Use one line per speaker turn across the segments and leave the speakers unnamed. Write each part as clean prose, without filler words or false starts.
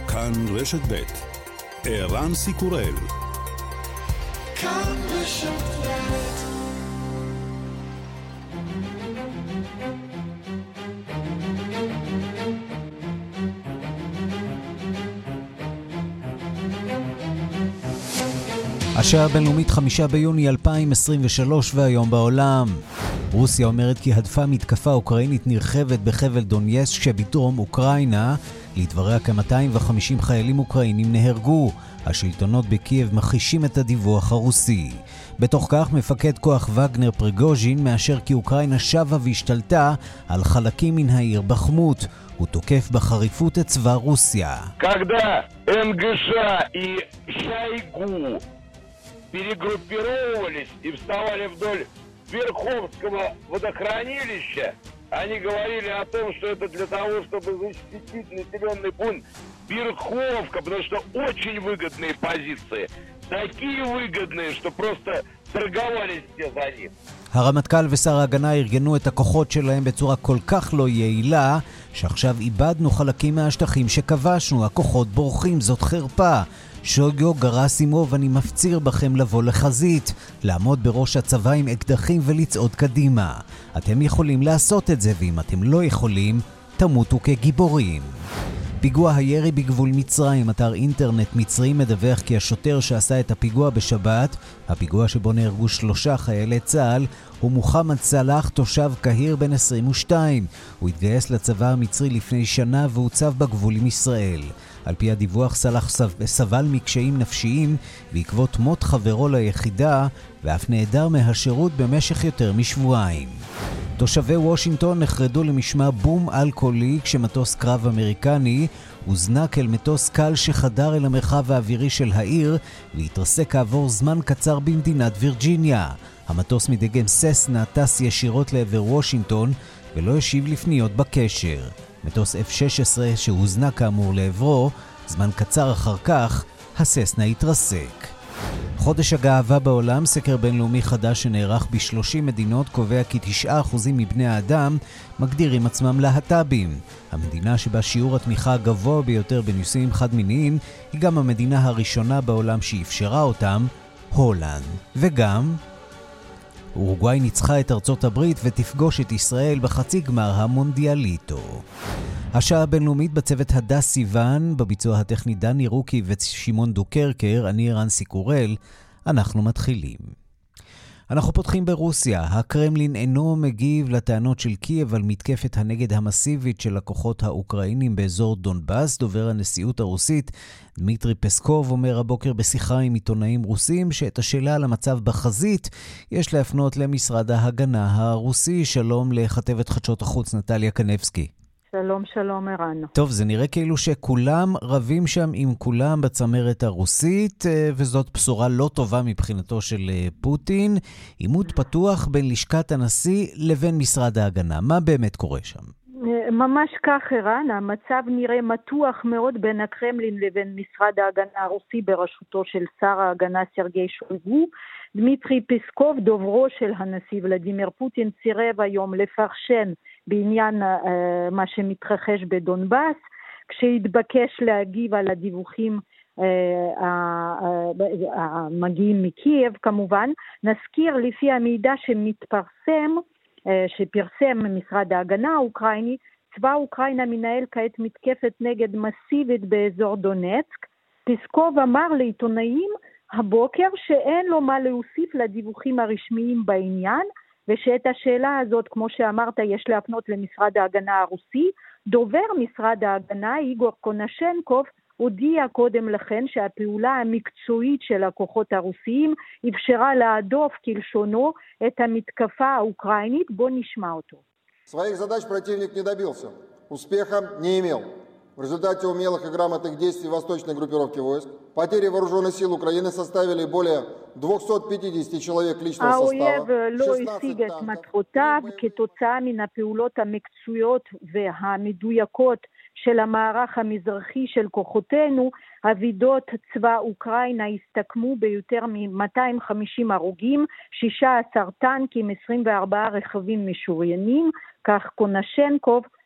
כאן רשת ב' ערן סיקורל. כאן רשת ב'. השעה הבינלאומית 5 ביוני 2023 והיום בעולם. רוסיה אומרת כי הדפה מתקפה אוקראינית נרחבת בחבל דונייסק שבדרום אוקראינה. לדבריה כ-250 חיילים אוקראינים נהרגו. השלטונות בקייב מכחישים את הדיווח הרוסי. בתוך כך מפקד כוח וגנר פריגוז'ין מאשר כי אוקראינה שבה והשתלטה על חלקים מן העיר בחמות. הוא תוקף בחריפות את צבא רוסיה.
Когда НГШ и Шойгу перегруппировались и вставали вдоль Верховского водохранилища, они говорили о том, что это для того, чтобы защитить населенный пункт Верховка, потому что очень выгодные позиции, такие выгодные, что просто торговались все за них.
הרמטכ"ל ושר ההגנה ארגנו את הכוחות שלהם בצורה כל כך לא יעילה, שעכשיו איבדנו חלקים מהשטחים שכבשנו, הכוחות בורחים, זאת חרפה. שויגו גרסימוב, אני מפציר בכם לבוא לחזית, לעמוד בראש הצבא עם אקדחים ולצעוד קדימה. אתם יכולים לעשות את זה, ואם אתם לא יכולים, תמותו כגיבורים. פיגוע הירי בגבול מצרים, אתר אינטרנט מצרי מדווח כי השוטר שעשה את הפיגוע בשבת, הפיגוע שבו נהרגו 3 חיילי צה"ל, הוא מוחמד סלאח, תושב קהיר בן 22. הוא התגייס לצבא המצרי לפני שנה והוצב בגבול עם ישראל. על פי הדיווח סלאח סבל מקשיים נפשיים בעקבות מות חברו ליחידה, ואף נעדר מהשירות במשך יותר משבועיים. תושבי וושינגטון נחרדו למשמע בום אלכוהולי כשמטוס קרב אמריקני הוזנק אל מטוס קל שחדר אל המרחב האווירי של העיר והתרסק כעבור זמן קצר במדינת וירג'יניה. המטוס מדגם ססנה טס ישירות לעבר וושינגטון ולא השיב לפניות בקשר. מטוס F-16 שהוזנק כאמור לעברו, זמן קצר אחר כך הססנה התרסק. חודש הגאווה בעולם, סקר בינלאומי חדש שנערך ב-30 מדינות, קובע כי 9% מבני האדם מגדירים עצמם להט"בים. המדינה שבה שיעור התמיכה הגבוה ביותר בנישואים חד-מיניים היא גם המדינה הראשונה בעולם שאפשרה אותם, הולנד. וגם אורוגוואי ניצחה את ארצות הברית ותפגוש את ישראל בחצי גמר המונדיאליטו. השעה הבינלאומית בצוות הדס סיוון, בביצוע הטכני דני רוקי ושמעון דוקרקר, אני ערן סיקורל, אנחנו מתחילים. אנחנו פותחים ברוסיה. הקרמלין אינו מגיב לטענות של קייב על מתקפת הנגד המסיבית של הכוחות האוקראינים באזור דונבאס. דובר הנשיאות הרוסית דמיטרי פסקוב אומר הבוקר בשיחה עם עיתונאים רוסים שאת השאלה על המצב בחזית יש להפנות למשרד ההגנה הרוסי. שלום לכתבת חדשות החוץ נטליה קנבסקי.
שלום, שלום ערן.
טוב, זה נראה כאילו שכולם רבים שם עם כולם בצמרת הרוסית, וזאת בשורה לא טובה מבחינתו של פוטין. עימות פתוח בין לשכת הנשיא לבין משרד ההגנה. מה באמת קורה שם?
ממש כך ערן, המצב נראה מתוח מאוד בין הקרמלין לבין משרד ההגנה הרוסי בראשותו של שר ההגנה סרגי שויגו. דמיטרי פסקוב, דוברו של הנשיא ולדימיר פוטין, סירב היום לפרשן בעניין מה שמתרחש בדונבאס, כשהתבקש להגיב על הדיווחים המגיעים מקייב כמובן. נזכיר לפי המידע שמתפרסם, שפרסם משרד ההגנה האוקראיני, צבא אוקראינה מנהל כעת מתקפת נגד מסיבית באזור דונצק. פסקוב אמר לעיתונאים הבוקר שאין לו מה להוסיף לדיווחים הרשמיים בעניין, ושאת השאלה הזאת, כמו שאמרת, יש להפנות למשרד ההגנה הרוסי. דובר משרד ההגנה, איגור קונשנקוב, הודיע קודם לכן שהפעולה המקצועית של הכוחות הרוסיים אפשרה להדוף כלשונו את המתקפה האוקראינית. בוא נשמע אותו.
Своих задач противник не добился, успеха не имел. В результате умелых и грамотных действий восточной группировки войск потери вооруженных сил Украины составили более 250 человек личного состава.
האויב לא השיג את מטרותיו כתוצאה מן הפעולות המקצועיות והמדויקות של המערך המזרחי של כוחותינו. אבידות צבא אוקראינה הסתכמו ביותר מ-250 הרוגים, 16 טנקים, 24 רכבים משוריינים, כך קונשנקוב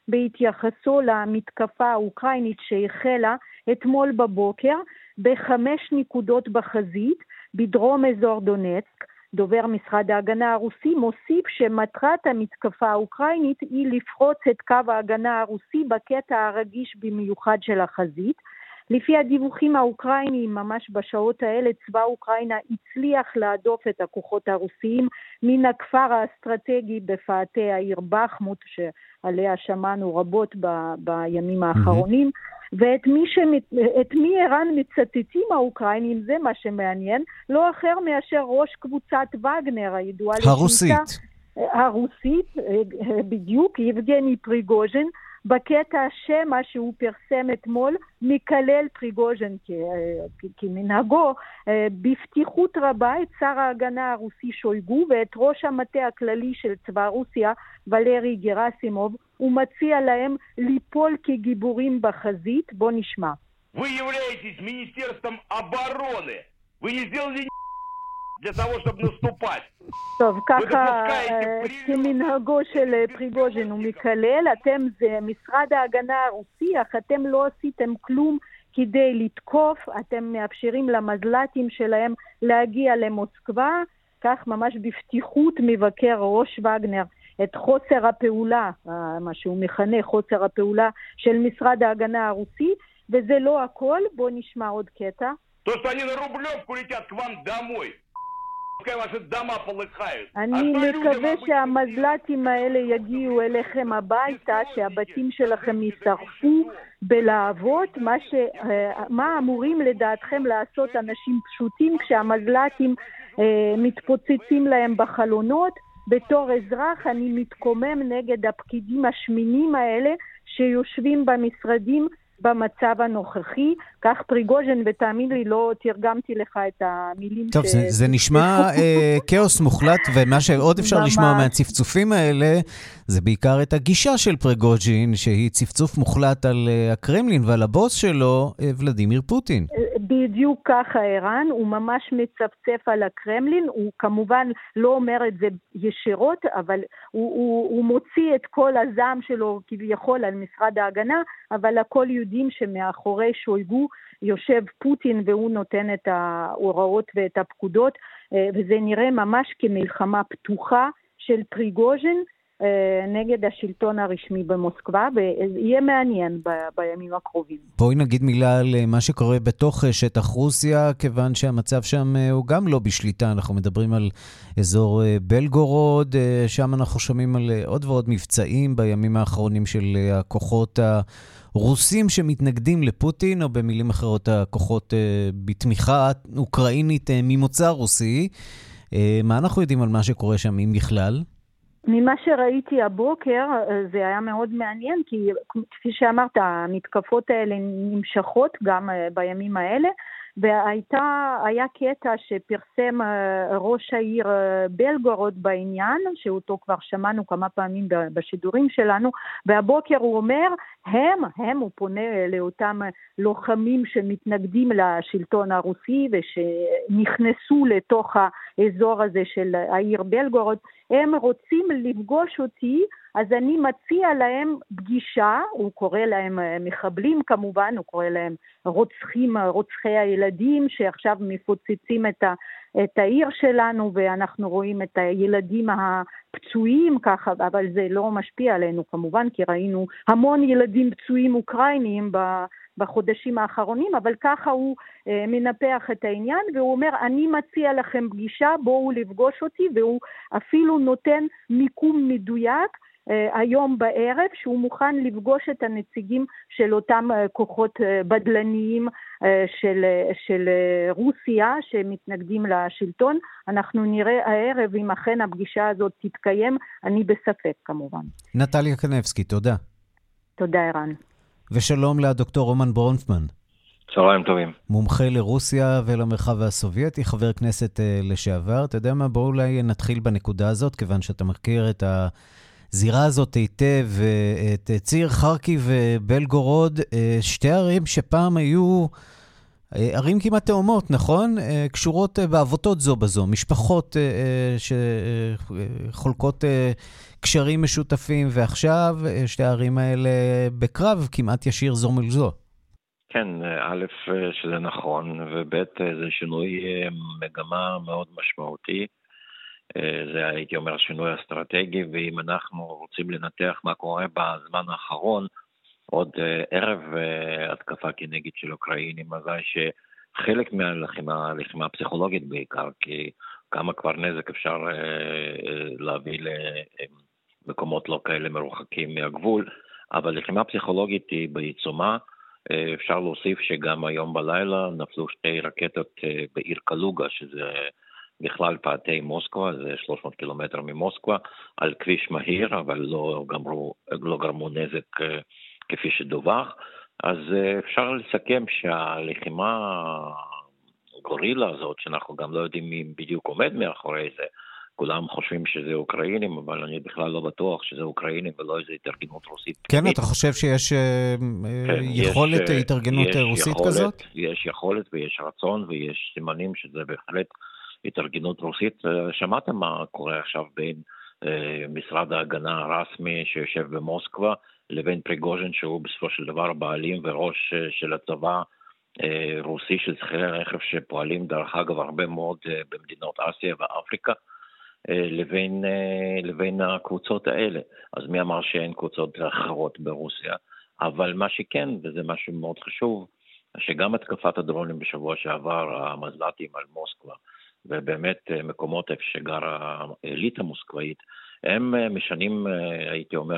בהתייחסו למתקפה האוקראינית שהחלה אתמול בבוקר ב5 נקודות בחזית בדרום אזור דונצק. דובר משרד ההגנה הרוסי מוסיף שמטרת המתקפה האוקראינית היא לפרוץ את קו ההגנה הרוסי בקטע הרגיש במיוחד של החזית. לפי הדיווחים האוקראיניים, ממש בשעות האלה, צבא אוקראינה הצליח להדוף את הכוחות הרוסיים מן הכפר האסטרטגי בפאתי העיר בחמוט, שעליה שמענו רבות בימים האחרונים, ואת מי איראן מצטטים האוקראינים, זה מה שמעניין, לא אחר מאשר ראש קבוצת וגנר, הידועה הרוסית, בדיוק, יבגני פריגוז'ין, בקטע השמה שהוא פרסם אתמול, מקלל פריגוז'ין כמנהגו, בפתיחות רבה את שר ההגנה הרוסי שויגו ואת ראש המטה הכללי של צבא רוסיה, ולרי גרסימוב, הוא מציע להם ליפול כגיבורים בחזית. בוא נשמע.
Вы являетесь Министерством обороны. Вы не сделали для того, чтобы наступать.
טוב, ככה כמנהגו של פריגוז'ין הוא מקלל, אתם זה משרד ההגנה הרוסי, אך אתם לא עשיתם כלום כדי לתקוף, אתם מאפשרים למזל"טים שלהם להגיע למוסקבה, כך ממש בפתיחות מבקר ראש וגנר את חוסר הפעולה, מה שהוא מכנה חוסר הפעולה של משרד ההגנה הרוסי, וזה לא הכל, בוא נשמע עוד קטע.
То, что они на Рублевку летят к вам домой.
אני מקווה שהמזל"טים האלה יגיעו אליכם הביתה, שהבתים שלכם יישרפו בלהבות. מה אמורים לדעתכם לעשות אנשים פשוטים כשהמזל"טים מתפוצצים להם בחלונות? בתור אזרח אני מתקומם נגד הפקידים השמינים האלה שיושבים במשרדים במצב הנוכחי, כך פריגוז'ין, ותאמין לי, לא תרגמתי לך את המילים.
טוב, זה נשמע כאוס מוחלט, ומה שעוד אפשר לשמוע מהצפצופים האלה, זה בעיקר את הגישה של פריגוז'ין, שהיא צפצוף מוחלט על הקרמלין ועל הבוס שלו, ולדימיר פוטין.
בדיוק ככה איראן, הוא ממש מצפצף על הקרמלין, הוא כמובן לא אומר את זה ישירות, אבל הוא מוציא את כל הזעם שלו כביכול על משרד ההגנה, אבל הכל יודעים שמאחורי שויגו יושב פוטין והוא נותן את ההוראות ואת הפקודות, וזה נראה ממש כמלחמה פתוחה של פריגוז'ין נגד השלטון הרשמי במוסקבה, ויהיה מעניין בימים הקרובים.
בואי נגיד מילה על מה שקורה בתוך שטח רוסיה, כיוון שהמצב שם הוא גם לא בשליטה. אנחנו מדברים על אזור בלגורוד, שם אנחנו שומעים על עוד ועוד מבצעים בימים האחרונים של הכוחות הרוסים שמתנגדים לפוטין, או במילים אחרות הכוחות בתמיכה אוקראינית ממוצא רוסי. מה אנחנו יודעים על מה שקורה שם, אם בכלל?
ממה שראיתי הבוקר, זה היה מאוד מעניין, כי כפי שאמרת, המתקפות האלה נמשכות גם בימים האלה, והיה קטע שפרסם ראש העיר בלגורוד בעניין, שאותו כבר שמענו כמה פעמים בשידורים שלנו, והבוקר הוא אומר, הוא פונה לאותם לוחמים שמתנגדים לשלטון הרוסי, ושנכנסו לתוך האזור הזה של העיר בלגורוד, הם רוצים לפגוש אותי, אז אני מציע להם פגישה, הוא קורא להם מחבלים כמובן, הוא קורא להם רוצחי הילדים שעכשיו מפוצצים את העיר שלנו, ואנחנו רואים את הילדים הפצועים ככה, אבל זה לא משפיע עלינו כמובן, כי ראינו המון ילדים פצועים אוקראיניים בחודשים האחרונים, אבל ככה הוא מנפח את העניין, והוא אומר, אני מציע לכם פגישה, בואו לפגוש אותי, והוא אפילו נותן מיקום מדויק, היום בערב, שהוא מוכן לפגוש את הנציגים של אותם כוחות בדלניים של רוסיה שמתנגדים לשלטון. אנחנו נראה הערב אם אכן הפגישה הזאת תתקיים, אני בספק כמובן.
נטליה קנבסקי, תודה.
תודה ערן.
ושלום לדוקטור רומן ברונפמן.
צהריים טובים.
מומחה לרוסיה ולמרחב הסובייטי, חבר כנסת לשעבר. אתה יודע מה, בואו אולי נתחיל בנקודה הזאת, כיוון שאתה מכיר את הזירה הזאת היטב, את ציר חרקיב ובלגורוד, שתי ערים שפעם היו
ערים כמעט תאומות, נכון? קשורות בעבותות זו בזו, משפחות שחולקות קשרים משותפים, ועכשיו שתי הערים האלה בקרב כמעט ישיר זו מול זו.
כן, א', שזה נכון, וב', זה שינוי מגמה מאוד משמעותי. זה הייתי אומר שינוי אסטרטגי, ואם אנחנו רוצים לנתח מה קורה בזמן האחרון, עוד ערב התקפה כנגד של אוקראינים, אז שחלק מהלחימה הפסיכולוגית בעיקר, כי כמה כבר נזק אפשר להביא למקומות לא כאלה מרוחקים מהגבול, אבל לחימה פסיכולוגית היא בעיצומה. אפשר להוסיף שגם היום בלילה נפלו 2 רקטות בעיר קלוגה, שזה בכלל פעתי מוסקבה, זה 300 קילומטר ממוסקבה, על כביש מהיר, אבל לא גרמו נזק כפי שדווח. אז אפשר לסכם שהלחימה גורילה הזאת, שאנחנו גם לא יודעים מי בדיוק עומד מאחורי זה, כולם חושבים שזה אוקראינים, אבל אני בכלל לא בטוח שזה אוקראינים ולא איזו התארגנות רוסית.
כן, אתה חושב שיש יכולת התארגנות רוסית כזאת?
יש יכולת ויש רצון ויש סימנים שזה בהחלט התארגנות רוסית. שמעת מה קורה עכשיו בין משרד ההגנה הרסמי שיושב במוסקבה, לבין פריגוז'ין שהוא בסופו של דבר בעלים וראש של הצבא רוסי של שכירי רכב שפועלים דרך אגב הרבה מאוד במדינות אסיה ואפריקה, לבין הקבוצות האלה. אז מי אמר שאין קבוצות אחרות ברוסיה? אבל מה שכן, וזה משהו מאוד חשוב, שגם התקפת הדרונים בשבוע שעבר, המזל"טים על מוסקבה, ובאמת מקומות איפה שגרה האליטה המוסקבאית, הם משנים, הייתי אומר,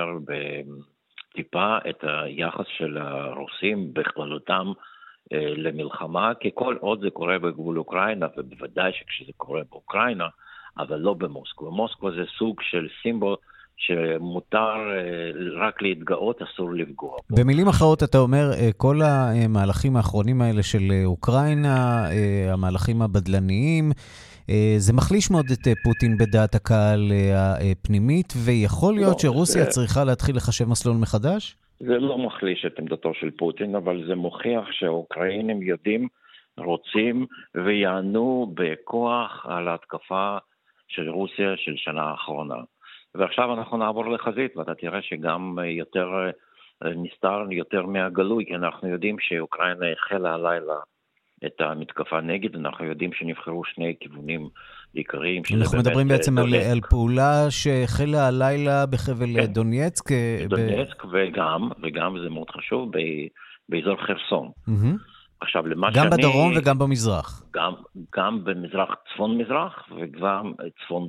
טיפה את היחס של הרוסים בכללותם למלחמה, כי כל עוד זה קורה בגבול אוקראינה, ובוודאי שכשזה קורה באוקראינה, אבל לא במוסקבה. מוסקבה זה סוג של סימבול שמותר רק להתגאות, אסור לפגוע.
במילים אחרות אתה אומר, כל המהלכים האחרונים האלה של אוקראינה, המהלכים הבדלניים, זה מחליש מאוד את פוטין בדעת הקהל הפנימית, ויכול להיות שרוסיה צריכה להתחיל לחשב מסלול מחדש?
זה לא מחליש את עמדתו של פוטין, אבל זה מוכיח שהאוקראינים יודעים, רוצים ויענו בכוח על ההתקפה של רוסיה של שנה האחרונה. ועכשיו אנחנו נעבור לחזית, ואתה תראה שגם יותר נסתר יותר מהגלוי, כי אנחנו יודעים שאוקראינה החלה הלילה את המתקפה נגד, אנחנו יודעים שנבחרו 2 כיוונים עיקריים.
אנחנו מדברים בעצם על פעולה שהחלה הלילה בחבל דונייצק.
דונייצק וגם, זה מאוד חשוב, באזור חרסון. עכשיו, למה
גם בדרום וגם במזרח.
גם במזרח, צפון מזרח, וגם צפון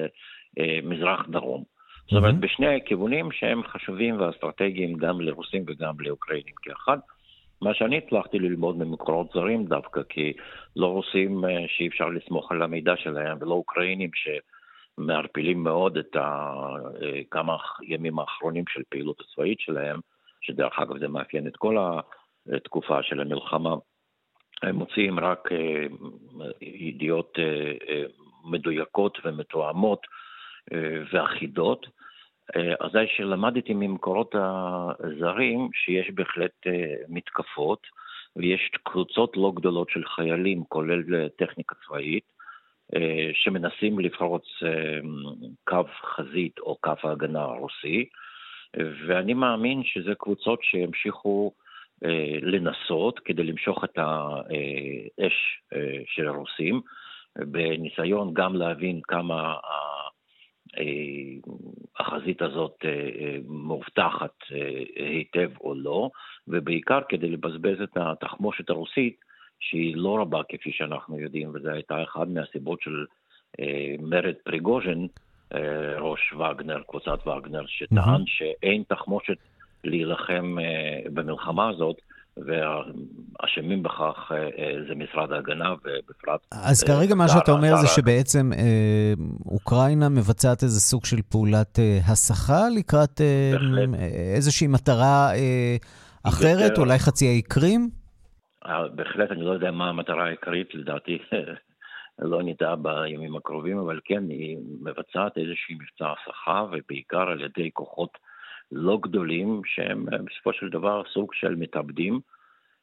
מזרח דרום. זאת אומרת, בשני הכיוונים שהם חשובים ואסטרטגיים גם לרוסים וגם לאוקראינים כאחד. מה שאני הצלחתי ללמוד ממקורות זרים דווקא, כי לא רוסים שאי אפשר לסמוך על המידע שלהם, ולא אוקראינים שמערפילים מאוד את כמה ימים האחרונים של פעילות הצבאית שלהם, שדרך אגב זה מאפיין את כל התקופה של המלחמה. הם מוציאים רק ידיעות מדויקות ומתואמות ואחידות. אז זה שלמדתי ממקורות הזרים שיש בהחלט מתקפות, ויש קבוצות לא גדולות של חיילים, כולל טכניקה צבאית, שמנסים לפרוץ קו חזית או קו ההגנה הרוסי, ואני מאמין שזה קבוצות שהמשיכו לנסות כדי למשוך את האש של הרוסים, בניסיון גם להבין כמה החזית הזאת מובטחת היטב או לא, ובעיקר כדי לבזבז את התחמושת הרוסית שהיא לא רבה כפי שאנחנו יודעים, וזו הייתה אחד מהסיבות של מרד פריגוז'ין, ראש וגנר, קבוצת וגנר, שטען שאין תחמושת להילחם במלחמה הזאת, והאשמים בכך זה משרד ההגנה ובפרט...
אז כרגע מה שאתה אומר זה שבעצם אוקראינה מבצעת איזה סוג של פעולת הסחה לקראת איזושהי מטרה אחרת, אולי חצי האי קרים?
בהחלט, אני לא יודע מה המטרה העיקרית, לדעתי לא נדע בימים הקרובים, אבל כן, היא מבצעת איזושהי מבצע הסחה, ובעיקר על ידי כוחות לא גדולים, שהם בסופו של דבר סוג של מתאבדים,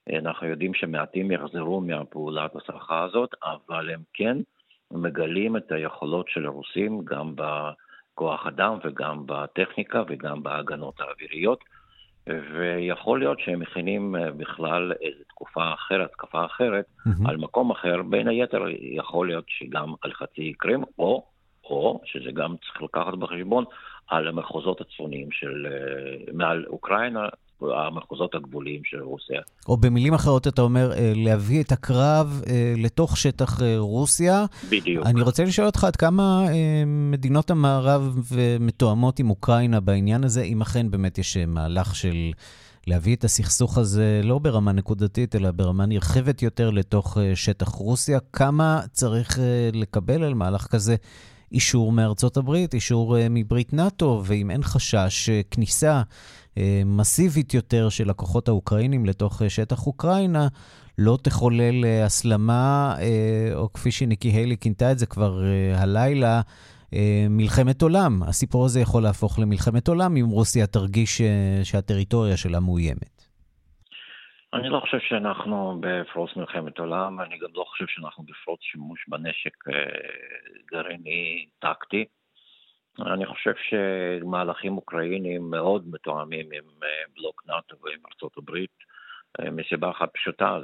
אנחנו יודעים שמעטים יחזרו מהפעולת הסרחה הזאת, אבל הם כן מגלים את היכולות של הרוסים, גם בכוח אדם וגם בטכניקה וגם בהגנות האוויריות, ויכול להיות שהם מכינים בכלל איזו תקופה אחרת, על מקום אחר, בין היתר יכול להיות שגם על חצי קרים, או שזה גם צריך לקחת בחשבון, על המחוזות הצפוניים של מעל אוקראינה, המחוזות הגבוליים של רוסיה.
או במילים אחרות אתה אומר, להביא את הקרב לתוך שטח רוסיה.
בדיוק.
אני רוצה לשאול אותך עד כמה מדינות המערב מתואמות עם אוקראינה בעניין הזה, אם אכן באמת יש מהלך של להביא את הסכסוך הזה לא ברמה נקודתית, אלא ברמה נרחבת יותר לתוך שטח רוסיה. כמה צריך לקבל על מהלך כזה אישור מארצות הברית, אישור מברית נאטו, ואם אין חשש כניסה מסיבית יותר של הכוחות האוקראינים לתוך שטח אוקראינה, לא תחולל הסלמה, או כפי שניקי היילי כינתה את זה כבר הלילה, מלחמת עולם. הסיפור הזה יכול להפוך למלחמת עולם אם רוסיה תרגיש שהטריטוריה שלה מאוימת.
אני לא חושב שאנחנו בפרוץ מלחמת עולם, אני גם לא חושב שאנחנו בפרוץ שימוש בנשק גרעיני טקטי. אני חושב שמהלכים אוקראינים מאוד מתואמים עם בלוק נאטו ועם ארצות הברית, מסיבה אחת פשוטה,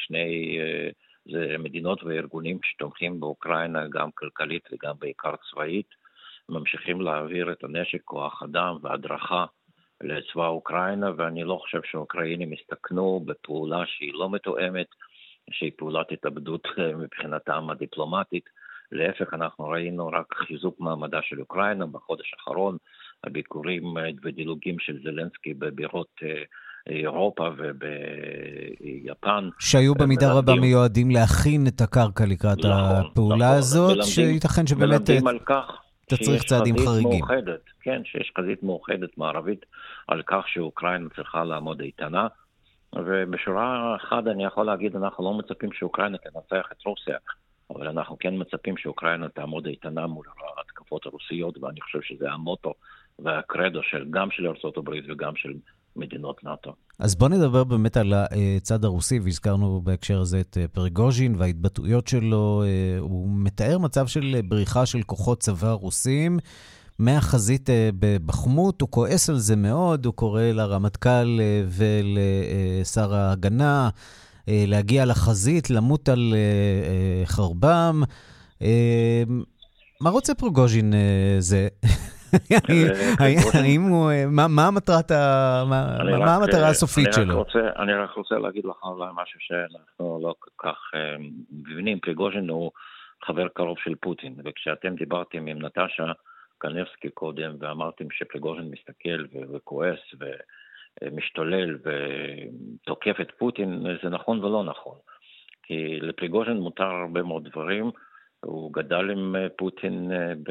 זה מדינות וארגונים שתומכים באוקראינה גם כלכלית וגם בעיקר צבאית, ממשיכים להעביר את הנשק, כוח אדם והדרכה לצבא אוקראינה, ואני לא חושב שהאוקראינים הסתכנו בפעולה שהיא לא מתואמת, שהיא פעולת התאבדות מבחינתם הדיפלומטית. להפך, אנחנו ראינו רק חיזוק מעמדה של אוקראינה בחודש האחרון, הביקורים ודילוגים של זלנסקי בבירות אירופה וביפן.
שהיו במידה רבה מיועדים להכין את הקרקע לקראת הפעולה הזאת, שייתכן שבאמת תצריך צעדים חריגים.
כן, שיש חזית מאוחדת מערבית על כך שאוקראינה צריכה לעמוד איתנה, ובשורה אחת אני יכול להגיד, אנחנו לא מצפים שאוקראינה תנצח את רוסיה, אבל אנחנו כן מצפים שאוקראינה תעמוד איתנה מול ההתקפות הרוסיות, ואני חושב שזה המוטו והקרדו גם של ארצות הברית וגם של מדינות נאטו.
אז בוא נדבר באמת על הצד הרוסי, והזכרנו בהקשר הזה את פריגוז'ין וההתבטאויות שלו. הוא מתאר מצב של בריחה של כוחות צבא רוסים מהחזית בבחמות, הוא כועס על זה מאוד, הוא קורא לרמטכ"ל ולשר ההגנה להגיע לחזית, למות על חרבם. מה רוצה פריגוז'ין זה? מה המטרה הסופית שלו?
אני רק רוצה להגיד לך משהו שאנחנו לא כל כך מבינים. פריגוז'ין הוא חבר קרוב של פוטין, וכשאתם דיברתם עם נטשה קנבסקי קודם ואמרתם שפריגוז'ין מסתכל וכועס ומשתולל ותוקף את פוטין, זה נכון ולא נכון, כי לפריגוז'ין מותר הרבה מאוד דברים. הוא גדל עם פוטין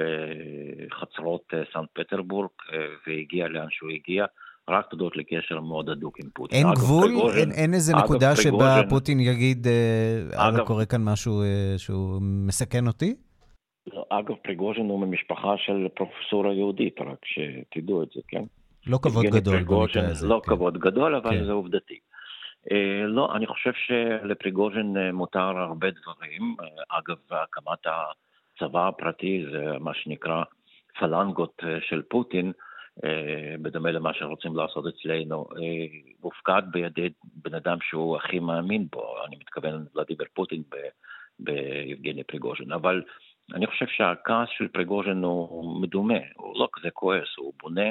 בחצרות סנט פטרבורג, והגיע לאן שהוא הגיע, רק תודות לקשר מאוד הדוק עם פוטין.
אין גבול? אין איזה נקודה שבה פוטין יגיד, קורה כאן משהו שהוא מסכן אותי?
אגב, פריגוז'ין הוא ממשפחה של פרופסורה יהודית, רק שתדעו את זה, כן?
לא כבוד גדול.
לא כבוד גדול, אבל זה עובדתי. לא, אני חושב שלפריגוז'ין מותר הרבה דברים. אגב, הקמת הצבא הפרטי זה מה שנקרא פלנגות של פוטין, בדומה למה שרוצים לעשות אצלנו, מופקד בידי בן אדם שהוא הכי מאמין בו, אני מתכוון ולדימיר פוטין ביבגני פריגוז'ין. אבל אני חושב שהכעס של פריגוז'ין הוא מדומה, הוא לא כזה כועס, הוא בונה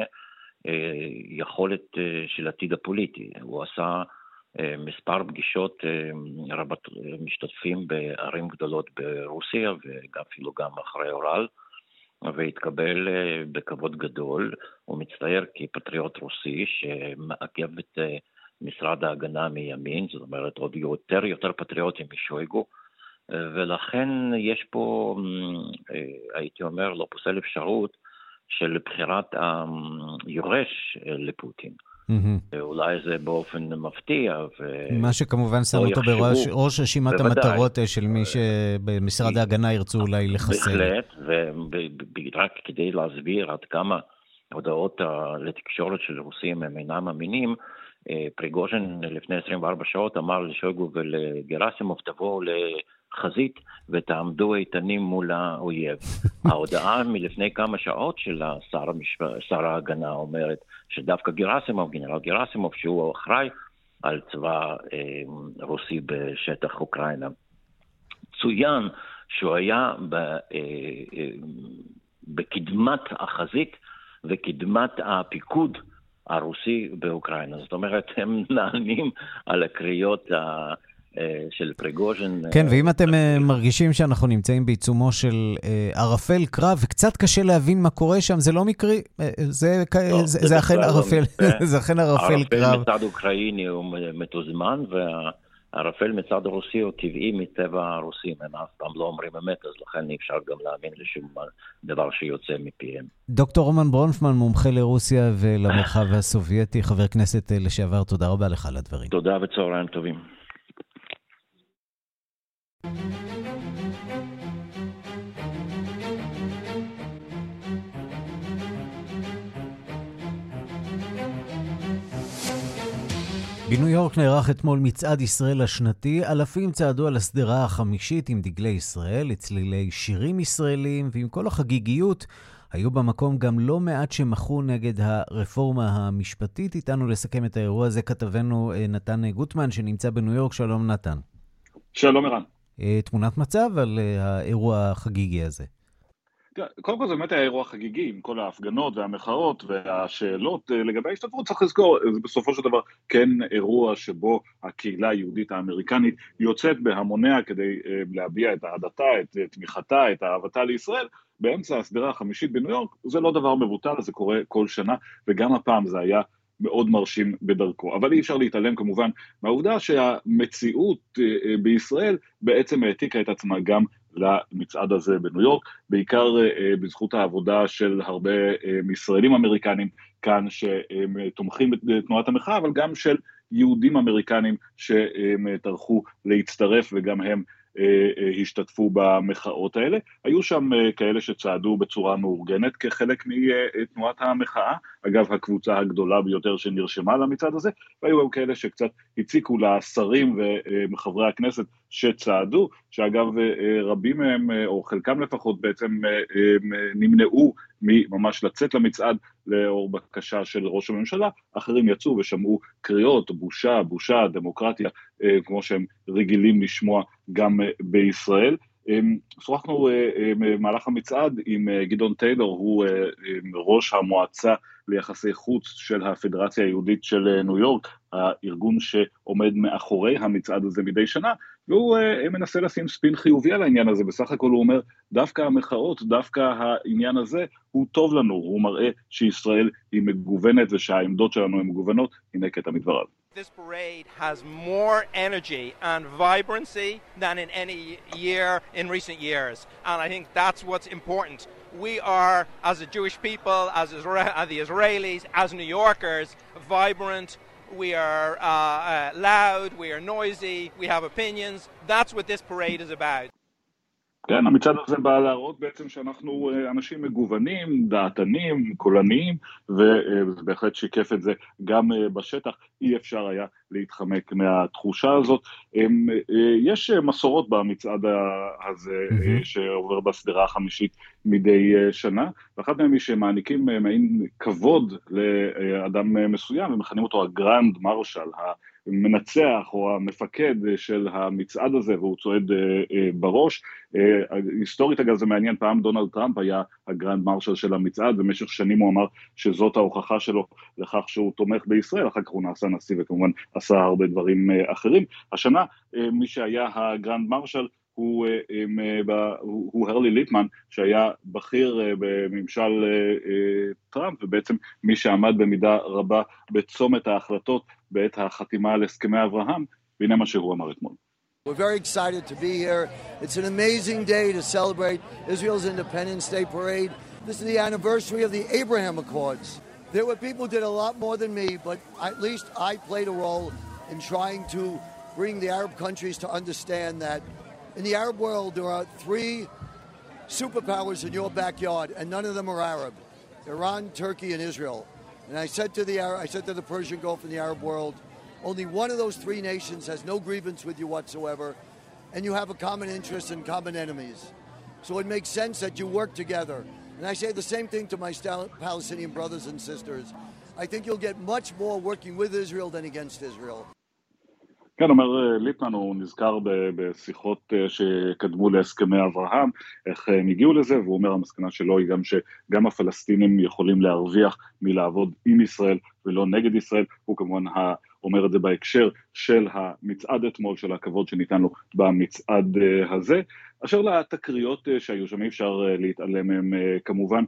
יכולת של עתיד הפוליטי. הוא עשה מספר פגישות רבות משתתפים בערים גדולות ברוסיה ואפילו גם אחרי אורל, והתקבל בכבוד גדול. הוא מצטייר כפטריוט רוסי שמעכב את משרד ההגנה מימין, זאת אומרת עוד יותר פטריוטים משויגו, ולכן יש פה, הייתי אומר, לא פוסל אפשרות של בחירת היורש לפוטין. אולי זה באופן מפתיע.
מה שכמובן שם אותו בראש רשימת המטרות של מי שבמשרד ההגנה ירצו אולי לחסל.
בהחלט, ורק כדי להסביר עד כמה הודעות לתקשורת של רוסים הם אינם אמינים, פריגוז'ין לפני 24 שעות אמר לשויגו ולגרסימוב, תבואו לחזית ותעמדו איתנים מול האויב. ההודעה מלפני כמה שעות של שר ההגנה אומרת שדווקא גנרל גרסימוב, שהוא אחראי על צבא רוסי בשטח אוקראינה, צוין שהוא היה בקדמת החזית וקדמת הפיקוד הרוסי באוקראינה. זאת אומרת, הם נענים על הקריאות של פריגוז'ין.
כן, ואם אתם מרגישים שאנחנו נמצאים בעיצומו של ערפל קרב, וקצת קשה להבין מה קורה שם, זה לא מקרי, זה אכן ערפל קרב.
הערפל מצד אוקראיני הוא מתוזמן, והערפל מצד הרוסי הוא טבעי מטבע הרוסים. הם אף פעם לא אומרים אמת, אז לכן אי אפשר גם להאמין לשום דבר שיוצא מפיהם.
דוקטור רומן ברונפמן, מומחה לרוסיה ולמרחב הסובייטי, חבר כנסת לשעבר, תודה רבה לך על הדברים.
תודה וצהריים טובים.
בניו יורק נערך אתמול מצעד ישראל השנתי, אלפים צעדו על הסדרה החמישית עם דגלי ישראל, לצלילי שירים ישראלים, ועם כל החגיגיות היו במקום גם לא מעט שמחו נגד הרפורמה המשפטית. איתנו לסכם את האירוע הזה כתבנו נתן גוטמן שנמצא בניו יורק. שלום נתן.
שלום ערן.
תמונת מצב על האירוע החגיגי הזה.
קודם כל זה באמת היה אירוע חגיגי עם כל ההפגנות והמחאות והשאלות לגבי ההשתתפות. צריך לזכור, זה בסופו של דבר כן אירוע שבו הקהילה היהודית האמריקנית יוצאת בהמוניה כדי להביע את אהדתה, את תמיכתה, את אהבתה לישראל באמצע הסדרה החמישית בניו יורק. זה לא דבר מבוטל, זה קורה כל שנה, וגם הפעם זה היה מאוד מרשים בדרכו. אבל אי אפשר להתעלם כמובן מהעובדה שהמציאות בישראל בעצם העתיקה את עצמה גם למצעד הזה בניו יורק, בעיקר בזכות העבודה של הרבה ישראלים אמריקנים כאן שתומכים בתנועת המחאה, אבל גם של יהודים אמריקנים שטרחו להצטרף וגם הם השתתפו במחאות האלה. היו שם כאלה שצעדו בצורה מאורגנת כחלק מתנועת המחאה, אגב הקבוצה הגדולה ביותר שנרשמה למצעד הזה, והיו גם כאלה שקצת הציקו לשרים וחברי הכנסת שצעדו, שאגב רבים מהם, או חלקם לפחות בעצם נמנעו ממש לצאת למצעד לאור בקשה של ראש הממשלה, אחרים יצאו ושמעו קריאות, בושה, בושה, דמוקרטיה, כמו שהם רגילים לשמוע גם בישראל. שוחחנו במהלך המצעד עם גדעון טיילור, הוא ראש המועצה ליחסי חוץ של הפדרציה היהודית של ניו יורק, הארגון שעומד מאחורי המצעד הזה מדי שנה, והוא מנסה לשים ספין חיובי על העניין הזה. בסך הכל הוא אומר, דווקא המחאות, דווקא העניין הזה הוא טוב לנו, הוא מראה שישראל היא מגוונת ושהעמדות שלנו הן מגוונות. הנה קטע מדבריו.
This parade has more energy and vibrancy than in any year in recent years, and I think that's what's important. We are, as a Jewish people, as the Israelis, as New Yorkers, vibrant. We are loud, we are noisy, we have opinions. That's what this parade is about.
כן, המצעד הזה בא להראות בעצם שאנחנו אנשים מגוונים, דעתנים, קולניים, וזה בהחלט שיקף את זה גם בשטח. אי אפשר היה להתחמק מהתחושה הזאת. יש מסורות במצעד הזה שעובר בסדרה החמישית מדי שנה, ואחת מהם היא שמעניקים מעין כבוד לאדם מסוים, ומכנים אותו הגרנד מרשל, המנצח או המפקד של המצעד הזה, והוא צועד בראש. היסטורית אגב זה מעניין, פעם דונלד טראמפ היה הגרנד מרשל של המצעד, במשך שנים הוא אמר שזאת ההוכחה שלו לכך שהוא תומך בישראל, אחר כך הוא נעשה נשיא וכמובן עשה הרבה דברים אחרים. השנה מי שהיה הגרנד מרשל הוא הרלי ליפמן, שהיה בכיר בממשל טראמפ, ובעצם מי שעמד במידה רבה בצומת ההחלטות בעת החתימה על הסכמי אברהם, והנה מה שהוא אמר אתמול.
We're very excited to be here. It's an amazing day to celebrate Israel's Independence Day parade. This is the anniversary of the Abraham Accords. There were people who did a lot more than me, but at least I played a role in trying to bring the Arab countries to understand that in the Arab world there are three superpowers in your backyard, and none of them are Arab. Iran, Turkey, and Israel. And I said to the Persian Gulf and the Arab world, only one of those three nations has no grievance with you whatsoever, and you have a common interest and common enemies. So it makes sense that you work together. And I say the same thing to my Palestinian brothers and sisters. I think you'll get much more working with Israel than against Israel.
כן, אומר ליפמן, הוא נזכר בשיחות שקדמו להסכמי אברהם, איך הם הגיעו לזה, והוא אומר המסקנה שלו היא גם שגם הפלסטינים יכולים להרוויח מלעבוד עם ישראל ולא נגד ישראל. הוא כמובן אומר את זה בהקשר של המצעד אתמול, של הכבוד שניתן לו במצעד הזה. אשר לתקריות שהיו שם, אי אפשר להתעלם מהם כמובן,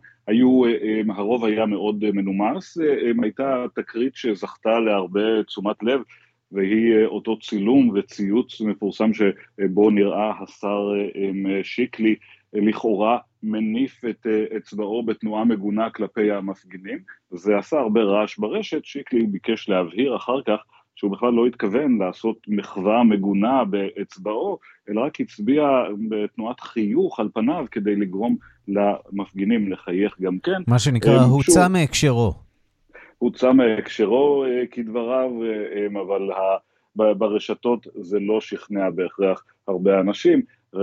הרוב היה מאוד מנומס, הייתה תקרית שזכתה להרבה תשומת לב, והיא אותו צילום וציוץ מפורסם שבו נראה השר שיקלי לכאורה מניף את אצבעו בתנועה מגונה כלפי המפגינים. זה עשה הרבה רעש ברשת. שיקלי ביקש להבהיר אחר כך שהוא בכלל לא התכוון לעשות מחווה מגונה באצבעו, אלא רק הצביע בתנועת חיוך על פניו כדי לגרום למפגינים לחייך גם כן.
מה שנקרא הוצא מהקשרו.
הוצא מהקשרו כדבריו, אבל ברשתות זה לא שכנע בהכרח הרבה אנשים.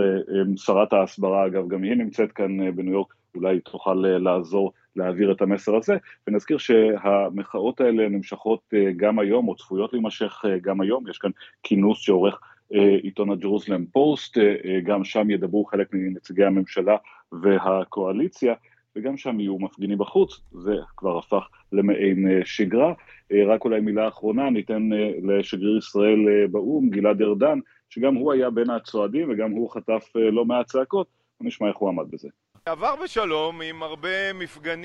שרת ההסברה, אגב, גם היא נמצאת כאן בניו יורק, אולי תוכל לעזור להעביר את המסר הזה, ונזכיר שהמחאות האלה נמשכות גם היום, או צפויות להימשך גם היום. יש כאן כינוס שעורך עיתון הג'רוזלם פוסט, גם שם ידברו חלק מנציגי הממשלה והקואליציה, וגם שם יהיו מפגינים בחוץ. זה כבר הפך למעין שגרה. רק אולי מילה אחרונה, ניתן לשגריר ישראל באום, גלעד ארדן, שגם הוא היה בין הצועדים, וגם הוא חטף לא מעט צעקות, ונשמע איך הוא עמד בזה.
עבר בשלום עם הרבה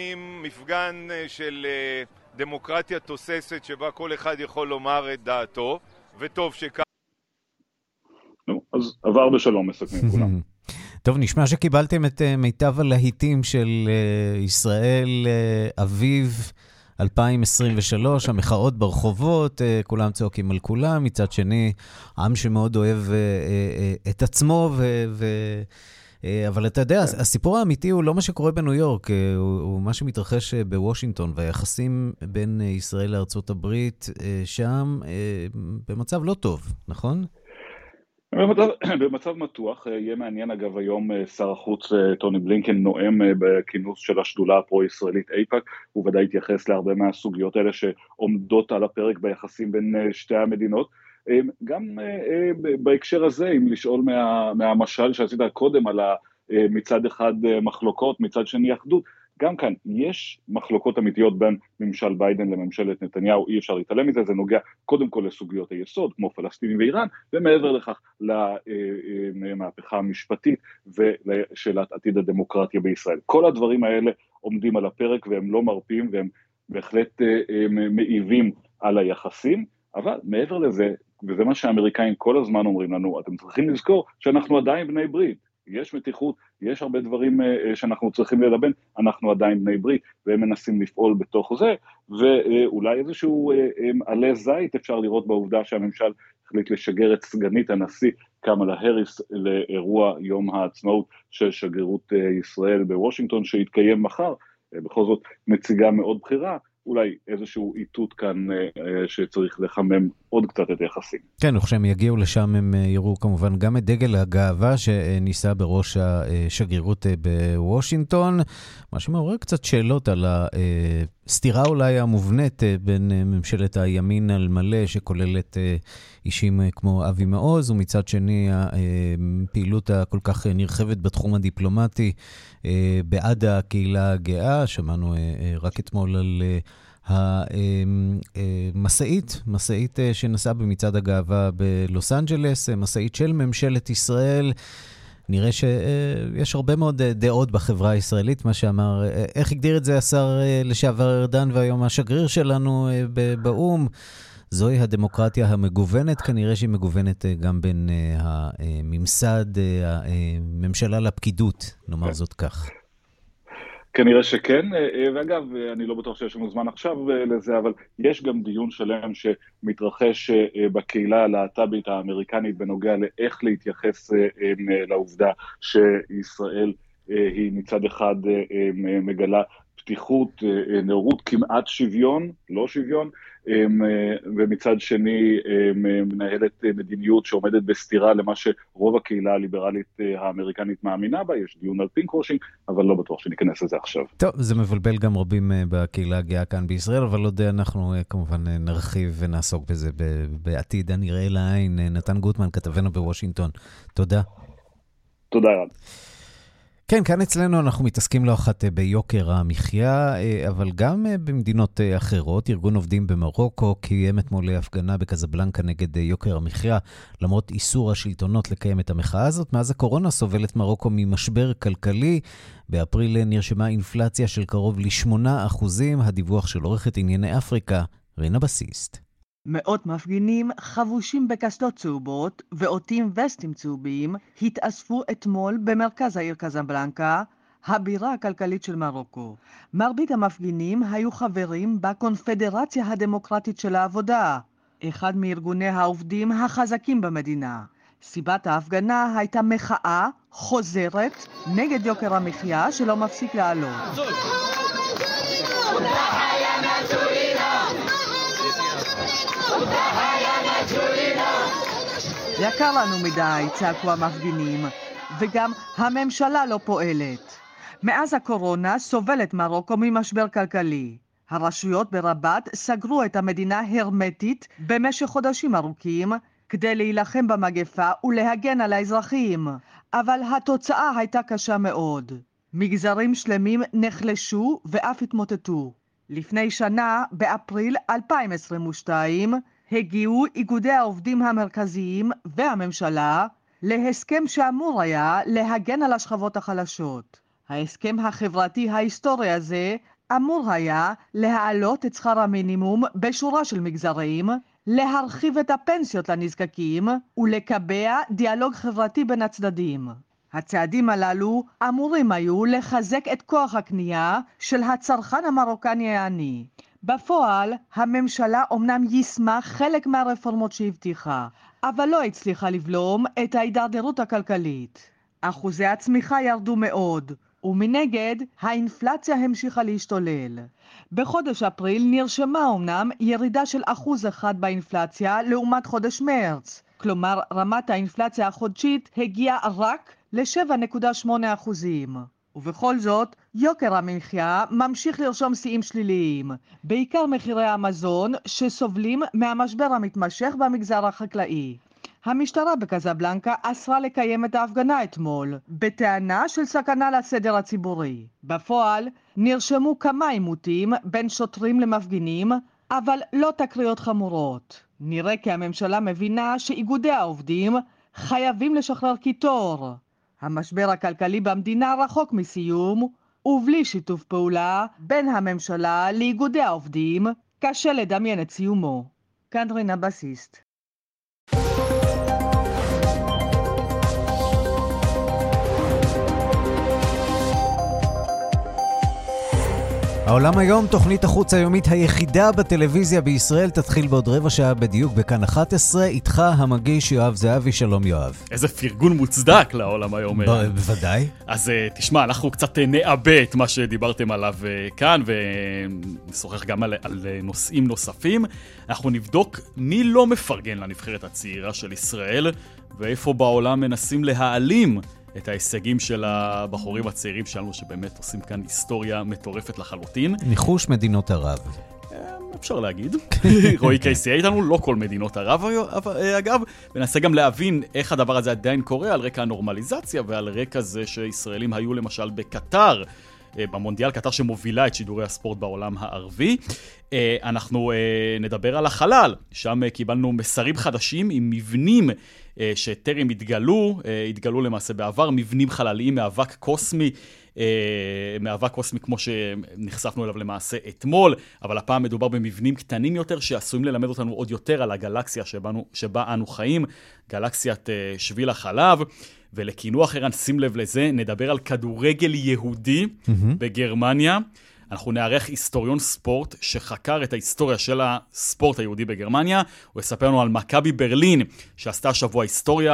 מפגן של דמוקרטיה תוססת, שבה כל אחד יכול לומר את דעתו, וטוב שכך.
אז עבר בשלום, מסכמים כולם.
טוב, נשמע שקיבלתם את מיטב הלהיטים של ישראל אביב 2023, המחאות ברחובות, כולם צועקים על כולם, מצד שני, עם שמאוד אוהב את עצמו, אבל אתה יודע, הסיפור האמיתי הוא לא מה שקורה בניו יורק, הוא מה שמתרחש בוושינגטון, והיחסים בין ישראל לארצות הברית שם במצב לא טוב, נכון?
במצב מתוח. יהיה מעניין אגב היום שר החוץ טוני בלינקן נואם בכינוס של השדולה הפרו-ישראלית איפאק, הוא ודאי יתייחס להרבה מהסוגיות האלה שעומדות על הפרק ביחסים בין שתי המדינות. גם בהקשר הזה, אם לשאול מהמשל שעשית קודם על מצד אחד מחלוקות, מצד שני אחדות, גם כאן יש מחלוקות אמיתיות בין ממשל ביידן לממשלת נתניהו, אי אפשר להתעלם מזה, זה נוגע קודם כל לסוגיות היסוד, כמו פלסטינים ואיראן, ומעבר לכך למהפכה המשפטית ולשאלת עתיד הדמוקרטיה בישראל. כל הדברים האלה עומדים על הפרק והם לא מרפים, והם בהחלט מעיבים על היחסים, אבל מעבר לזה, וזה מה שהאמריקאים כל הזמן אומרים לנו, אתם צריכים לזכור שאנחנו עדיין בני ברית, יש מתיחות, יש הרבה דברים שאנחנו צריכים ללבן, אנחנו עדיין בני ברית, והם מנסים לפעול בתוך זה, ואולי איזשהו עלי זית אפשר לראות בעובדה שהממשל החליט לשגר את סגנית הנשיא קמלה האריס לאירוע יום העצמאות של שגרירות ישראל בוושינגטון, שיתקיים מחר. בכל זאת נציגה מאוד בחירה, אולי איזשהו איתות כאן שצריך לחמם עוד קצת את היחסים.
כן, וכשהם יגיעו לשם הם יראו כמובן גם את דגל הגאווה שניסה בראש השגרירות בוושינגטון, מה שמעורר קצת שאלות על הסתירה אולי המובנית בין ממשלת הימין על מלא שכוללת אישים כמו אבי מעוז, ומצד שני הפעילות הכל כך נרחבת בתחום הדיפלומטי בעד הקהילה הגאה. שמענו רק אתמול על מסעית שנסעה במצעד הגאווה בלוס אנג'לס, מסעית של ממשלת ישראל. נראה שיש הרבה מאוד דעות בחברה הישראלית, מה שאמר, איך הגדיר את זה השר לשעבר ארדן והיום השגריר שלנו באום, זוהי הדמוקרטיה המגוונת, כנראה שהיא מגוונת גם בין הממסד, הממשלה לפקידות, נאמר זאת כך.
כנראה שכן, ואגב, אני לא בטוח שיש לנו זמן עכשיו לזה, אבל יש גם דיון שלם שמתרחש בקהילה הלהט"בית האמריקנית בנוגע לאיך להתייחס לעובדה שישראל היא מצד אחד מגלה פתיחות, נאורות, כמעט שוויון, לא שוויון, ומצד שני מנהלת מדיניות שעומדת בסתירה למה שרוב הקהילה הליברלית האמריקנית מאמינה בה. יש דיון על פינק וושינג, אבל לא בטוח שניכנס לזה עכשיו.
טוב, זה מבלבל גם רבים בקהילה הגאה כאן בישראל, אבל לא יודע, אנחנו כמובן נרחיב ונעסוק בזה בעתיד הנראה לעין. נתן גוטמן, כתבנו בוושינגטון. תודה.
תודה רב.
כן, כאן אצלנו אנחנו מתעסקים לא אחת ביוקר המחיה, אבל גם במדינות אחרות. ארגון עובדים במרוקו קיים אתמול הפגנה בקזבלנקה נגד יוקר המחיה, למרות איסור השלטונות לקיים את המחאה הזאת. מאז הקורונה סובלת מרוקו ממשבר כלכלי. באפריל נרשמה אינפלציה של קרוב ל8%. הדיווח של עורכת ענייני אפריקה, רינה בסיסט.
מאות מפגינים חבושים בקסדות צהובות ועוטים וסטים צהובים התאספו אתמול במרכז העיר קזבלנקה, הבירה הכלכלית של מרוקו. מרבית המפגינים היו חברים בקונפדרציה הדמוקרטית של העבודה, אחד מארגוני העובדים החזקים במדינה. סיבת ההפגנה הייתה מחאה חוזרת נגד יוקר המחיה שלא מפסיק לעלות. יקר לנו מדי, צעקו המפגינים, וגם הממשלה לא פועלת. מאז הקורונה סובלת מרוקו ממשבר כלכלי. הרשויות ברבת סגרו את המדינה הרמטית במשך חודשים ארוכים כדי להילחם במגפה ולהגן על האזרחים, אבל התוצאה הייתה קשה מאוד. מגזרים שלמים נחלשו ואף התמוטטו. לפני שנה, באפריל 2022, הגיעו איגודי העובדים המרכזיים והממשלה להסכם שאמור היה להגן על השכבות החלשות. ההסכם החברתי ההיסטורי הזה אמור היה להעלות את שכר המינימום בשורה של מגזרים, להרחיב את הפנסיות לנזקקים ולקבע דיאלוג חברתי בין הצדדים. הצעדים הללו אמורים היו לחזק את כוח הקנייה של הצרכן המרוקני העני. בפועל, הממשלה אומנם יישמה חלק מהרפורמות שהבטיחה, אבל לא הצליחה לבלום את ההידרדרות הכלכלית. אחוזי הצמיחה ירדו מאוד, ומנגד האינפלציה המשיכה להשתולל. בחודש אפריל נרשמה אומנם ירידה של 1% באינפלציה לעומת חודש מרץ, כלומר רמת האינפלציה החודשית הגיעה רק ל7.8%. ובכל זאת, יוקר המחיה ממשיך לרשום שיאים שליליים, בעיקר מחירי המזון שסובלים מהמשבר המתמשך במגזר החקלאי. המשטרה בקזבלנקה אסרה לקיים את ההפגנה אתמול, בטענה של סכנה לסדר הציבורי. בפועל נרשמו כמה עימותים בין שוטרים למפגינים, אבל לא תקריות חמורות. נראה כי הממשלה מבינה שאיגודי העובדים חייבים לשחרר קיטור. המשבר הכלכלי במדינה רחוק מסיום, ובלי שיתוף פעולה בין הממשלה לאיגודי העובדים, קשה לדמיין את סיומו. כאן רינה בסיסט.
העולם היום, תוכנית החוץ היומית היחידה בטלוויזיה בישראל, תתחיל בעוד רבע שעה בדיוק בכאן 11. איתך המגיש יואב זהבי. שלום יואב.
איזה פרגון מוצדק לעולם היום.
בוודאי.
אז תשמע, אנחנו קצת נעבה את מה שדיברתם עליו כאן, ונשוחח גם על נושאים נוספים. אנחנו נבדוק מי לא מפרגן לנבחרת הצעירה של ישראל, ואיפה בעולם מנסים להעלים את ההישגים של הבחורים הצעירים שלנו, שבאמת עושים כאן היסטוריה מטורפת לחלוטין.
ניחוש מדינות ערב.
אפשר להגיד. רועי קייסי איתנו, לא כל מדינות ערב אגב, וננסה גם להבין איך הדבר הזה עדיין קורה על רקע הנורמליזציה, ועל רקע זה שישראלים היו למשל בקטר, במונדיאל, קטר שמובילה את שידורי הספורט בעולם הערבי. אנחנו נדבר על החלל, שם קיבלנו מסרים חדשים עם מבנים שטרם התגלו למעשה בעבר, מבנים חלליים מאבק קוסמי, כמו שנחשפנו אליו למעשה אתמול, אבל הפעם מדובר במבנים קטנים יותר שעשויים ללמד אותנו עוד יותר על הגלקסיה שבה אנו חיים, גלקסיית שביל החלב. ולכינוח ערן, שים לב לזה, נדבר על כדורגל יהודי בגרמניה. אנחנו נערך היסטוריון ספורט שחקר את ההיסטוריה של הספורט היהודי בגרמניה. הוא יספר לנו על מכבי ברלין, שעשתה שבוע היסטוריה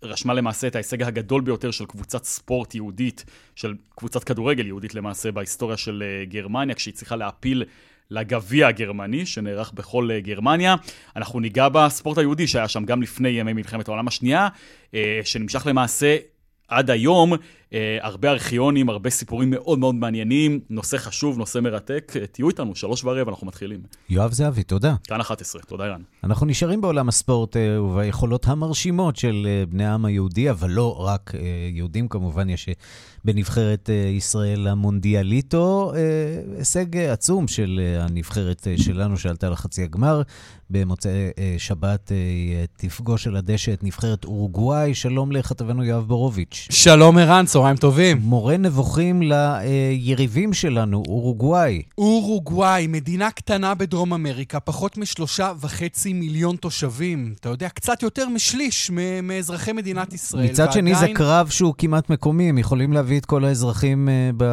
רשמה למעשה את ההישג הגדול ביותר של קבוצת ספורט יהודית, של קבוצת כדורגל יהודית למעשה בהיסטוריה של גרמניה, כשהיא צריכה להפיל לגביע הגרמני שנערך בכל גרמניה. אנחנו ניגע בספורט היהודי שהיה שם גם לפני ימי מלחמת העולם השנייה, שנמשך למעשה עד היום, הרבה ארכיונים, הרבה סיפורים מאוד מאוד מעניינים, נושא חשוב, נושא מרתק. תהיו איתנו, 3:15, אנחנו מתחילים.
יואב זהבי, תודה.
כאן 11, תודה ערן.
אנחנו נשארים בעולם הספורט וביכולות המרשימות של בני העם היהודי, אבל לא רק יהודים, כמובן יש בנבחרת ישראל המונדיאליטו, הישג עצום של הנבחרת שלנו שעלתה לחצי הגמר. במוצאי שבת תפגוש על הדשא את נבחרת אורוגוואי. שלום לכתבנו יואב בורוביץ'.
שלום ערן, צהריים טובים.
מורה נבוכים ליריבים שלנו, אורוגוואי.
אורוגוואי, מדינה קטנה בדרום אמריקה, פחות מ3.5 מיליון תושבים. אתה יודע, קצת יותר משליש מאזרחי מדינת ישראל.
מצד שני זה קרב שהוא כמעט מקומי, הם יכולים להביא את כל האזרחים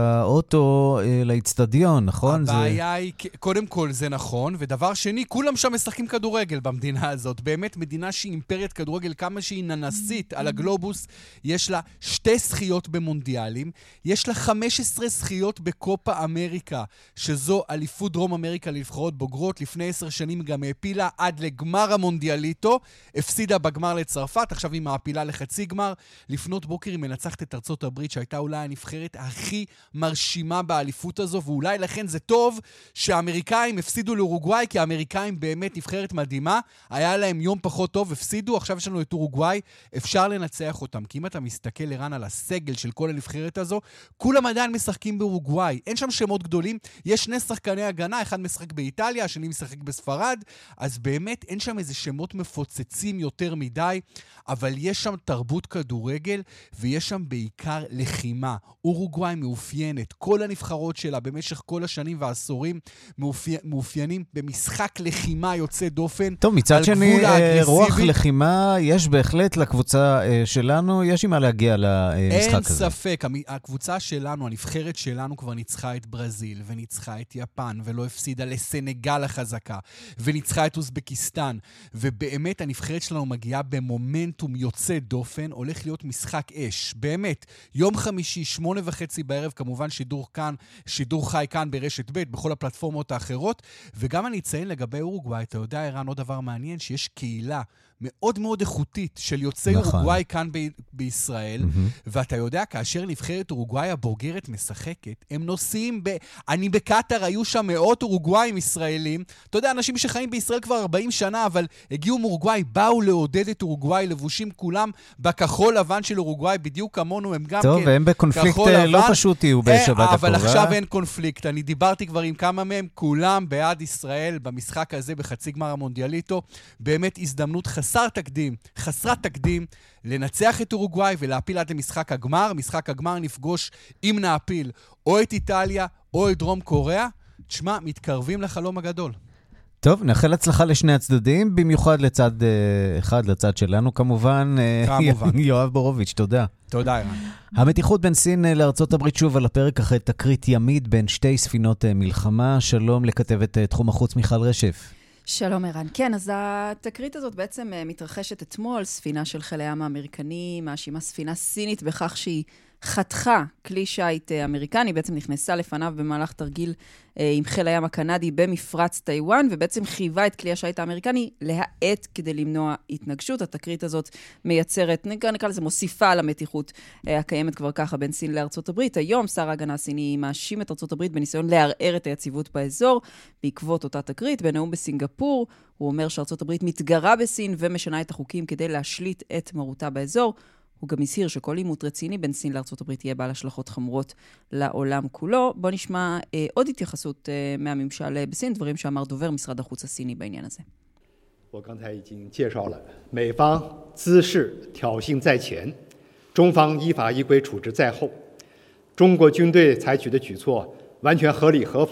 באוטו לאצטדיון, נכון?
הבעיה היא, קודם כל זה נכון, ודבר שני, כולם שם משחקים כדורגל במדינה הזאת. באמת מדינה שהיא אימפריית כדורגל, כמה שהיא ננסית על הגלובוס, יש לה 2 זכיות במונדיאלים, יש לה 15 זכיות בקופה אמריקה, שזו אליפות דרום אמריקה לנבחרות בוגרות. לפני 10 שנים גם העפילה עד לגמר המונדיאליטו, הפסידה בגמר לצרפת, עכשיו היא מעפילה לחצי גמר. לפנות בוקר היא מנצחת את ארצות הברית, שהייתה אולי הנבחרת הכי מרשימה באליפות הזו, ואולי לכן זה טוב שהאמריקאים הפסידו לאורוגוואי, כי האמריקאים באמת נבחרת מדהימה, היה להם יום פחות טוב, הפסידו, עכשיו יש לנו את אורוגוואי, אפשר לנצח אותם, כי אם אתה מסתכל ערן על הסגל של כל הנבחרת הזו, כולם עדיין משחקים באורוגוואי, אין שם שמות גדולים, יש 2 שחקני הגנה, אחד משחק באיטליה, השני משחק בספרד, אז באמת אין שם איזה שמות מפוצצים יותר מדי, אבל יש שם תרבות כדורגל, ויש שם בעיקר לחימה. אורוגוואי מאופיינת, כל הנבחרות שלה במשך כל השנים והעשורים מאופיינים במשחק לחימה יוצא דופן.
טוב, מצד שני, רוח לחימה יש בהחלט לקבוצה שלנו, יש עם מה להגיע למשחק הזה.
אין ספק, הקבוצה שלנו, הנבחרת שלנו כבר ניצחה את ברזיל, וניצחה את יפן, ולא הפסידה לסנגל החזקה, וניצחה את אוזבקיסטן, ובאמת הנבחרת שלנו מגיעה במומנטום יוצא דופן, הולך להיות משחק אש, באמת. יום חמישי, 8:30 בערב, כמובן שידור חי כאן ברשת ב', בכל הפלטפורמות האחרות, וגם אני אציין לגבי אורוגוואי, אתה יודע, ערן, עוד דבר מעניין, שיש קהילה מאוד מאוד איכותית של יוצאי אורוגוואי כאן בישראל, ואתה יודע, כאשר נבחרת אורוגוואי הבוגרת משחקת, הם נוסעים אני בקטר, היו שם מאות אורוגוואיים ישראלים, אתה יודע, אנשים שחיים בישראל כבר 40 שנה, אבל הגיעו מאורוגוואי, באו לעודד את אורוגוואי, לבושים כולם בכחול לבן של אורוגוואי, בדיוק כמונו, הם גם
טוב, והם בקונפליקט לא פשוט יהיו בשבת הקרובה.
אבל עכשיו אין קונפליקט, אני דיברתי כבר עם כמה מהם, כולם בעד ישראל במשחק הזה בחצי גמר המונדיאליטו, באמת הזדמנות חסרת תקדים, לנצח את אורוגוואי ולהפיל עד למשחק הגמר. משחק הגמר נפגוש, אם נעפיל, או את איטליה או את דרום קוריאה. תשמע, מתקרבים לחלום הגדול.
טוב, נאחל הצלחה לשני הצדדים, במיוחד לצד אחד, לצד שלנו כמובן. יואב בורוביץ', תודה.
תודה, ערן.
המתיחות בין סין לארצות הברית שוב על הפרק אחרי תקרית ימית בין 2 ספינות מלחמה. שלום לכתבת תחום החוץ מיכל רשף.
שלום ערן. כן, אז התקרית הזאת בעצם מתרחשת אתמול, ספינה של חיל הים האמריקני, מאשימה ספינה סינית בכך שהיא חתכה כלי שייט אמריקני, בעצם נכנסה לפניו במהלך תרגיל עם חיל הים הקנדי במפרץ טיואן, ובעצם חייבה את כלי השייט האמריקני להאט כדי למנוע התנגשות. התקרית הזאת מייצרת, נקרא לזה, מוסיפה על המתיחות הקיימת כבר ככה בין סין לארצות הברית. היום שר ההגנה הסיני מאשים את ארצות הברית בניסיון לערער את היציבות באזור, בעקבות אותה תקרית. בנאום בסינגפור הוא אומר שארצות הברית מתגרה בסין ומשנה את החוקים כדי להשליט את מרותה באזור. הוא גם הזהיר שכל עימות רציני בין סין לארצות הברית יהיה בעל השלכות חמורות לעולם כולו. בוא נשמע עוד התייחסות מהממשל בסין, דברים שאמר דובר משרד החוץ הסיני בעניין הזה.
我刚才已经介绍了美方滋事挑衅在前，中方依法依规处置在后，中国军队采取的举措完全合理合法。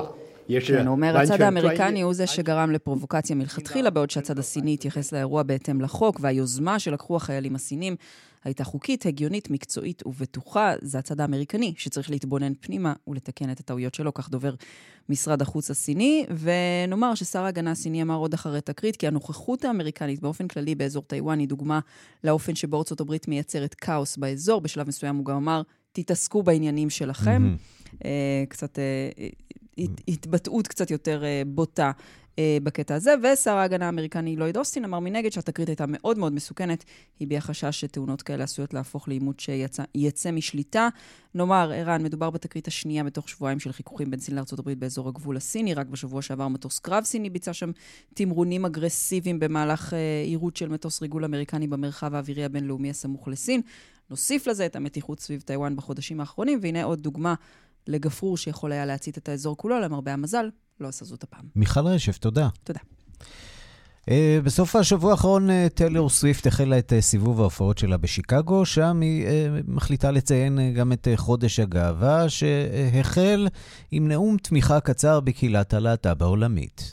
כן, הוא אומר, הצד האמריקני הוא זה שגרם לפרובוקציה מלכתחילה, בעוד שהצד הסיני התייחס לאירוע בהתאם לחוק, והיוזמה שלקחו החיילים הסינים הייתה חוקית, הגיונית, מקצועית ובטוחה. זה הצד האמריקני שצריך להתבונן פנימה ולתקן את הטעויות שלו, כך דובר משרד החוץ הסיני. ונאמר ששר ההגנה הסיני אמר עוד אחרי תקרית, כי הנוכחות האמריקנית באופן כללי באזור טיואן היא דוגמה לאופן שבו ארצות הברית מייצרת כאוס באזור. בשלב מסוים הוא גם אמר, תתעסקו בעניינים שלכם. קצת התבטאות קצת יותר בוטה בקטע הזה, ושר ההגנה האמריקני לויד אוסטין אמר מנגד שהתקרית הייתה מאוד מאוד מסוכנת, היא בחשש שתאונות כאלה עשויות להפוך לעימות שיצא משליטה. נאמר, ערן, מדובר בתקרית השנייה בתוך שבועיים של חיכוכים בין סין לארצות הברית באזור הגבול הסיני, רק בשבוע שעבר מטוס קרב סיני ביצע שם תמרונים אגרסיביים במהלך עירות של מטוס ריגול אמריקני במרחב האווירי הבינלאומי הסמוך לסין. נוסיף לזה את המתיחות סביב טיואן בחודשים האחרונים, והנה עוד דוגמה לגפרור שיכול היה להצית את האזור כולו, למרבה המזל, לא עשה זאת הפעם.
מיכל רשף, תודה.
תודה.
בסוף השבוע האחרון טיילור סוויפט החלה את סיבוב ההופעות שלה בשיקגו, שם היא מחליטה לציין גם את חודש הגאווה, שהחל עם נאום תמיכה קצר בקהילת הלהט"ב העולמית.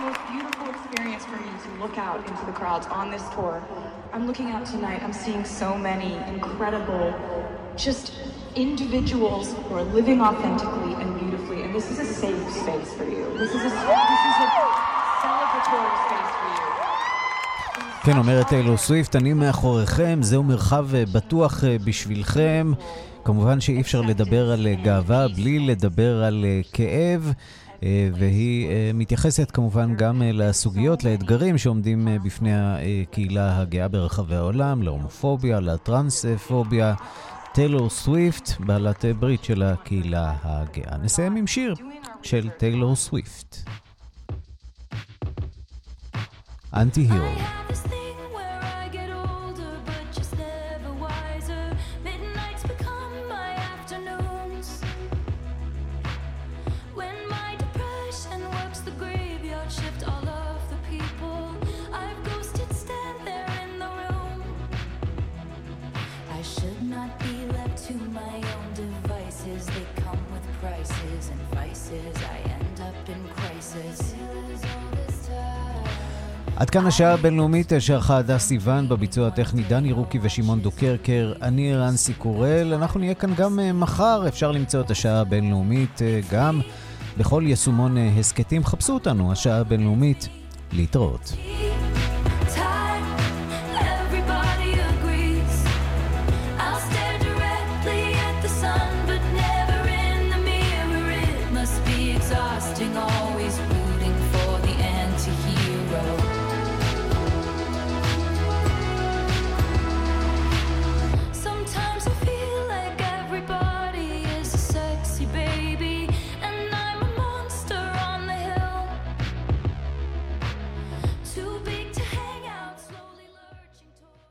I'm looking out tonight, I'm seeing so many incredible, just individuals who are living authentically and beautifully, and this is a safe space for you. This is a celebratory space for you.
כן, אומרת טיילור סוויפט, אני מאחוריכם, זהו מרחב בטוח בשבילכם. כמובן שאי אפשר לדבר על גאווה בלי לדבר על כאב. והיא מתייחסת כמובן גם לסוגיות, לאתגרים שעומדים בפני הקהילה הגאה ברחבי העולם, להומופוביה, לטרנספוביה. טיילור סוויפט, בעלת ברית של הקהילה הגאה. נסיים עם שיר של טיילור סוויפט. אנטי-הירו. עד כאן השעה הבינלאומית שערכה הדס סיוון, בביצוע הטכני דני רוקי ושמעון דוקרקר. אני רנסי קורל. אנחנו נהיה כאן גם מחר. אפשר למצוא את השעה הבינלאומית גם בכל יישומון הסקטים. חפשו אותנו, השעה הבינלאומית. להתראות.